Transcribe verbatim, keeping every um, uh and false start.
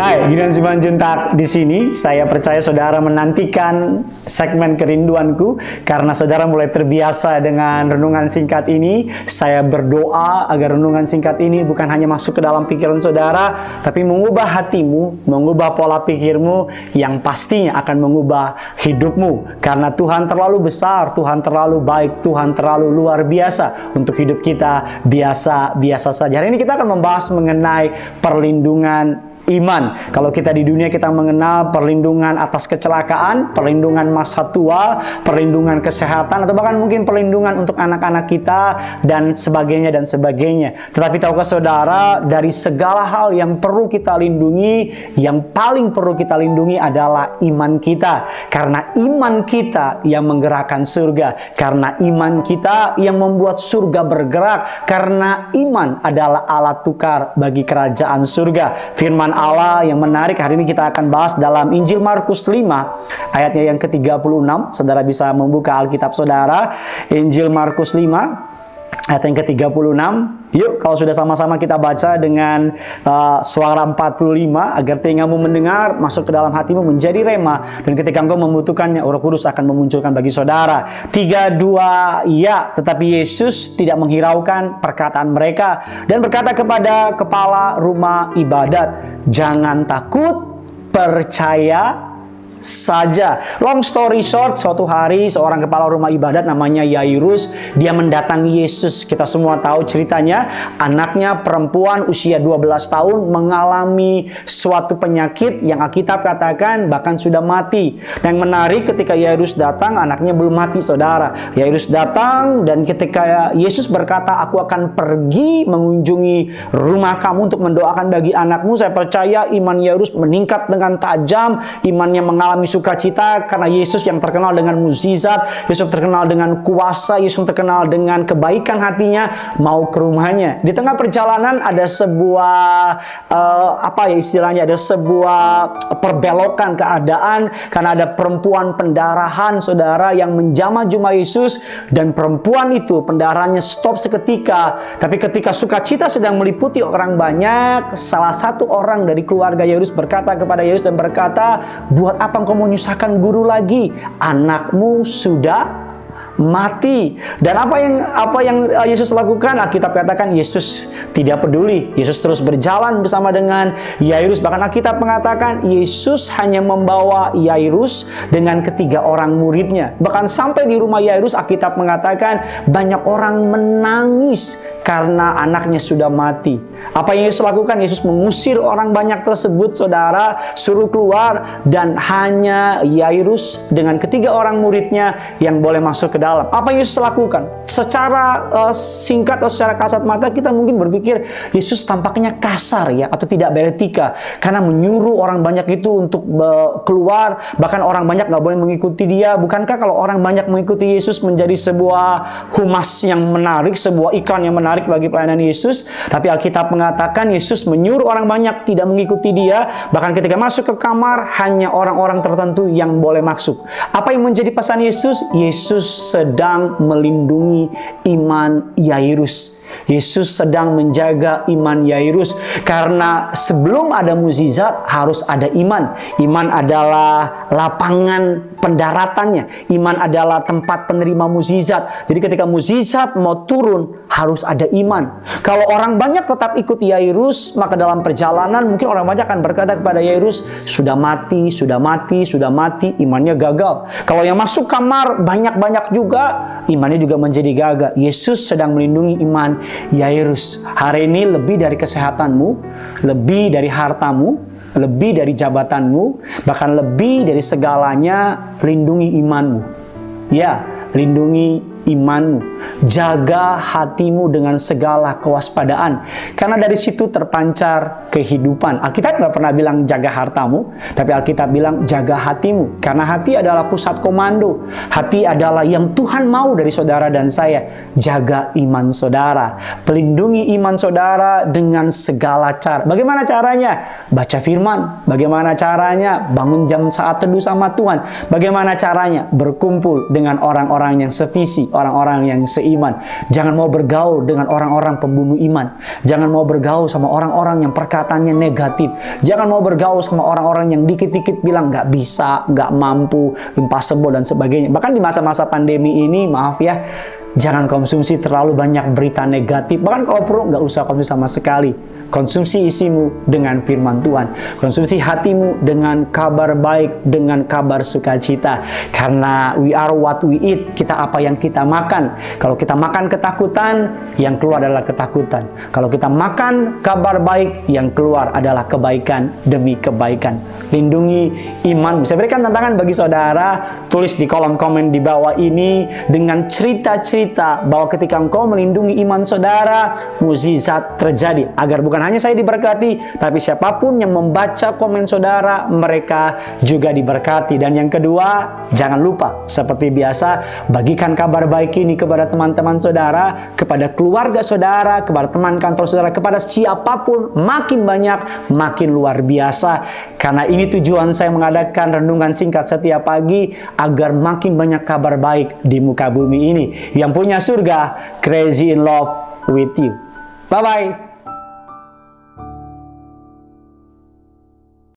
Hai, Gideon Simanjuntak di sini. Saya percaya saudara menantikan segmen kerinduanku karena saudara mulai terbiasa dengan renungan singkat ini. Saya berdoa agar renungan singkat ini bukan hanya masuk ke dalam pikiran saudara, tapi mengubah hatimu, mengubah pola pikirmu yang pastinya akan mengubah hidupmu. Karena Tuhan terlalu besar, Tuhan terlalu baik, Tuhan terlalu luar biasa untuk hidup kita biasa-biasa saja. Hari ini kita akan membahas mengenai perlindungan iman. Kalau kita di dunia kita mengenal perlindungan atas kecelakaan, perlindungan masa tua, perlindungan kesehatan, atau bahkan mungkin perlindungan untuk anak-anak kita dan sebagainya dan sebagainya. Tetapi tahukah saudara, dari segala hal yang perlu kita lindungi, yang paling perlu kita lindungi adalah iman kita. Karena iman kita yang menggerakkan surga, karena iman kita yang membuat surga bergerak, karena iman adalah alat tukar bagi kerajaan surga. Firman Allah yang menarik hari ini kita akan bahas dalam Injil Markus lima ayatnya yang ke tiga puluh enam. Saudara bisa membuka Alkitab saudara, Injil Markus lima ayat yang ke tiga puluh enam. Yuk, kalau sudah sama-sama kita baca dengan uh, suara empat puluh lima, agar telingamu mendengar, masuk ke dalam hatimu, menjadi rema, dan ketika engkau membutuhkannya, Roh Kudus akan memunculkan bagi saudara. Tiga, dua, ya. Tetapi Yesus tidak menghiraukan perkataan mereka dan berkata kepada kepala rumah ibadat, "Jangan takut, percaya saja." Long story short, suatu hari seorang kepala rumah ibadat namanya Yairus, dia mendatangi Yesus. Kita semua tahu ceritanya. Anaknya perempuan usia dua belas tahun mengalami suatu penyakit yang Alkitab katakan bahkan sudah mati. Dan yang menarik, ketika Yairus datang, anaknya belum mati, saudara. Yairus datang dan ketika Yesus berkata, "Aku akan pergi mengunjungi rumah kamu untuk mendoakan bagi anakmu," saya percaya iman Yairus meningkat dengan tajam. Imannya mengalami alami sukacita karena Yesus yang terkenal dengan mukjizat, Yesus terkenal dengan kuasa, Yesus terkenal dengan kebaikan hatinya, mau ke rumahnya. Di tengah perjalanan ada sebuah uh, apa ya istilahnya, ada sebuah perbelokan keadaan karena ada perempuan pendarahan, saudara, yang menjamah jumlah Yesus, dan perempuan itu pendarahannya stop seketika. Tapi ketika sukacita sedang meliputi orang banyak, salah satu orang dari keluarga Yairus berkata kepada Yesus dan berkata, "Buat apa engkau menyusahkan guru lagi? Anakmu sudah mati." Dan apa yang apa yang Yesus lakukan? Alkitab katakan Yesus tidak peduli. Yesus terus berjalan bersama dengan Yairus. Bahkan Alkitab mengatakan Yesus hanya membawa Yairus dengan ketiga orang muridnya. Bahkan sampai di rumah Yairus, Alkitab mengatakan banyak orang menangis karena anaknya sudah mati. Apa yang Yesus lakukan? Yesus mengusir orang banyak tersebut, saudara, suruh keluar, dan hanya Yairus dengan ketiga orang muridnya yang boleh masuk ke dalam. Apa yang Yesus lakukan? Secara uh, singkat atau secara kasat mata kita mungkin berpikir Yesus tampaknya kasar ya, atau tidak beretika karena menyuruh orang banyak itu untuk uh, keluar, bahkan orang banyak nggak boleh mengikuti dia. Bukankah kalau orang banyak mengikuti Yesus menjadi sebuah humas yang menarik, sebuah iklan yang menarik bagi pelayanan Yesus? Tapi Alkitab mengatakan Yesus menyuruh orang banyak tidak mengikuti dia, bahkan ketika masuk ke kamar hanya orang-orang tertentu yang boleh masuk. Apa yang menjadi pesan Yesus? Yesus sedang melindungi iman Yairus. Yesus sedang menjaga iman Yairus karena sebelum ada mukjizat harus ada iman. Iman adalah lapangan pendaratannya. Iman adalah tempat penerima mukjizat. Jadi ketika mukjizat mau turun harus ada iman. Kalau orang banyak tetap ikut Yairus, maka dalam perjalanan mungkin orang banyak akan berkata kepada Yairus, "Sudah mati, sudah mati, sudah mati." Imannya gagal. Kalau yang masuk kamar banyak-banyak juga, imannya juga menjadi gagal. Yesus sedang melindungi iman Yairus. Hari ini lebih dari kesehatanmu, lebih dari hartamu, lebih dari jabatanmu, bahkan lebih dari segalanya, lindungi imanmu. Ya, lindungi imanmu. Jaga hatimu dengan segala kewaspadaan, karena dari situ terpancar kehidupan. Alkitab nggak pernah bilang jaga hartamu, tapi Alkitab bilang jaga hatimu, karena hati adalah pusat komando. Hati adalah yang Tuhan mau dari saudara dan saya. Jaga iman saudara, pelindungi iman saudara dengan segala cara. Bagaimana caranya? Baca firman. Bagaimana caranya? Bangun jam saat teduh sama Tuhan. Bagaimana caranya? Berkumpul dengan orang-orang yang sevisi. mengusik orang-orang yang seiman. Jangan mau bergaul dengan orang-orang pembunuh iman. Jangan mau bergaul sama orang-orang yang perkataannya negatif. Jangan mau bergaul sama orang-orang yang dikit-dikit bilang nggak bisa, nggak mampu, impossible dan sebagainya. Bahkan di masa-masa pandemi ini, maaf ya, jangan konsumsi terlalu banyak berita negatif. Bahkan kalau perlu nggak usah konsumsi sama sekali. Konsumsi isimu dengan firman Tuhan. Konsumsi hatimu dengan kabar baik, dengan kabar sukacita. Karena we are what we eat. Kita apa yang kita makan. Kalau kita makan ketakutan, yang keluar adalah ketakutan. Kalau kita makan kabar baik, yang keluar adalah kebaikan demi kebaikan. Lindungi iman. Saya berikan tantangan bagi saudara, tulis di kolom komen di bawah ini dengan cerita-cerita bahwa ketika engkau melindungi iman saudara, mukjizat terjadi. Agar bukan hanya saya diberkati, tapi siapapun yang membaca komen saudara, mereka juga diberkati. Dan yang kedua, jangan lupa, seperti biasa, bagikan kabar baik ini kepada teman-teman saudara, kepada keluarga saudara, kepada teman kantor saudara, kepada siapapun, makin banyak, makin luar biasa. Karena ini tujuan saya mengadakan renungan singkat setiap pagi, agar makin banyak kabar baik di muka bumi ini. Yang punya surga, crazy in love with you. Bye-bye.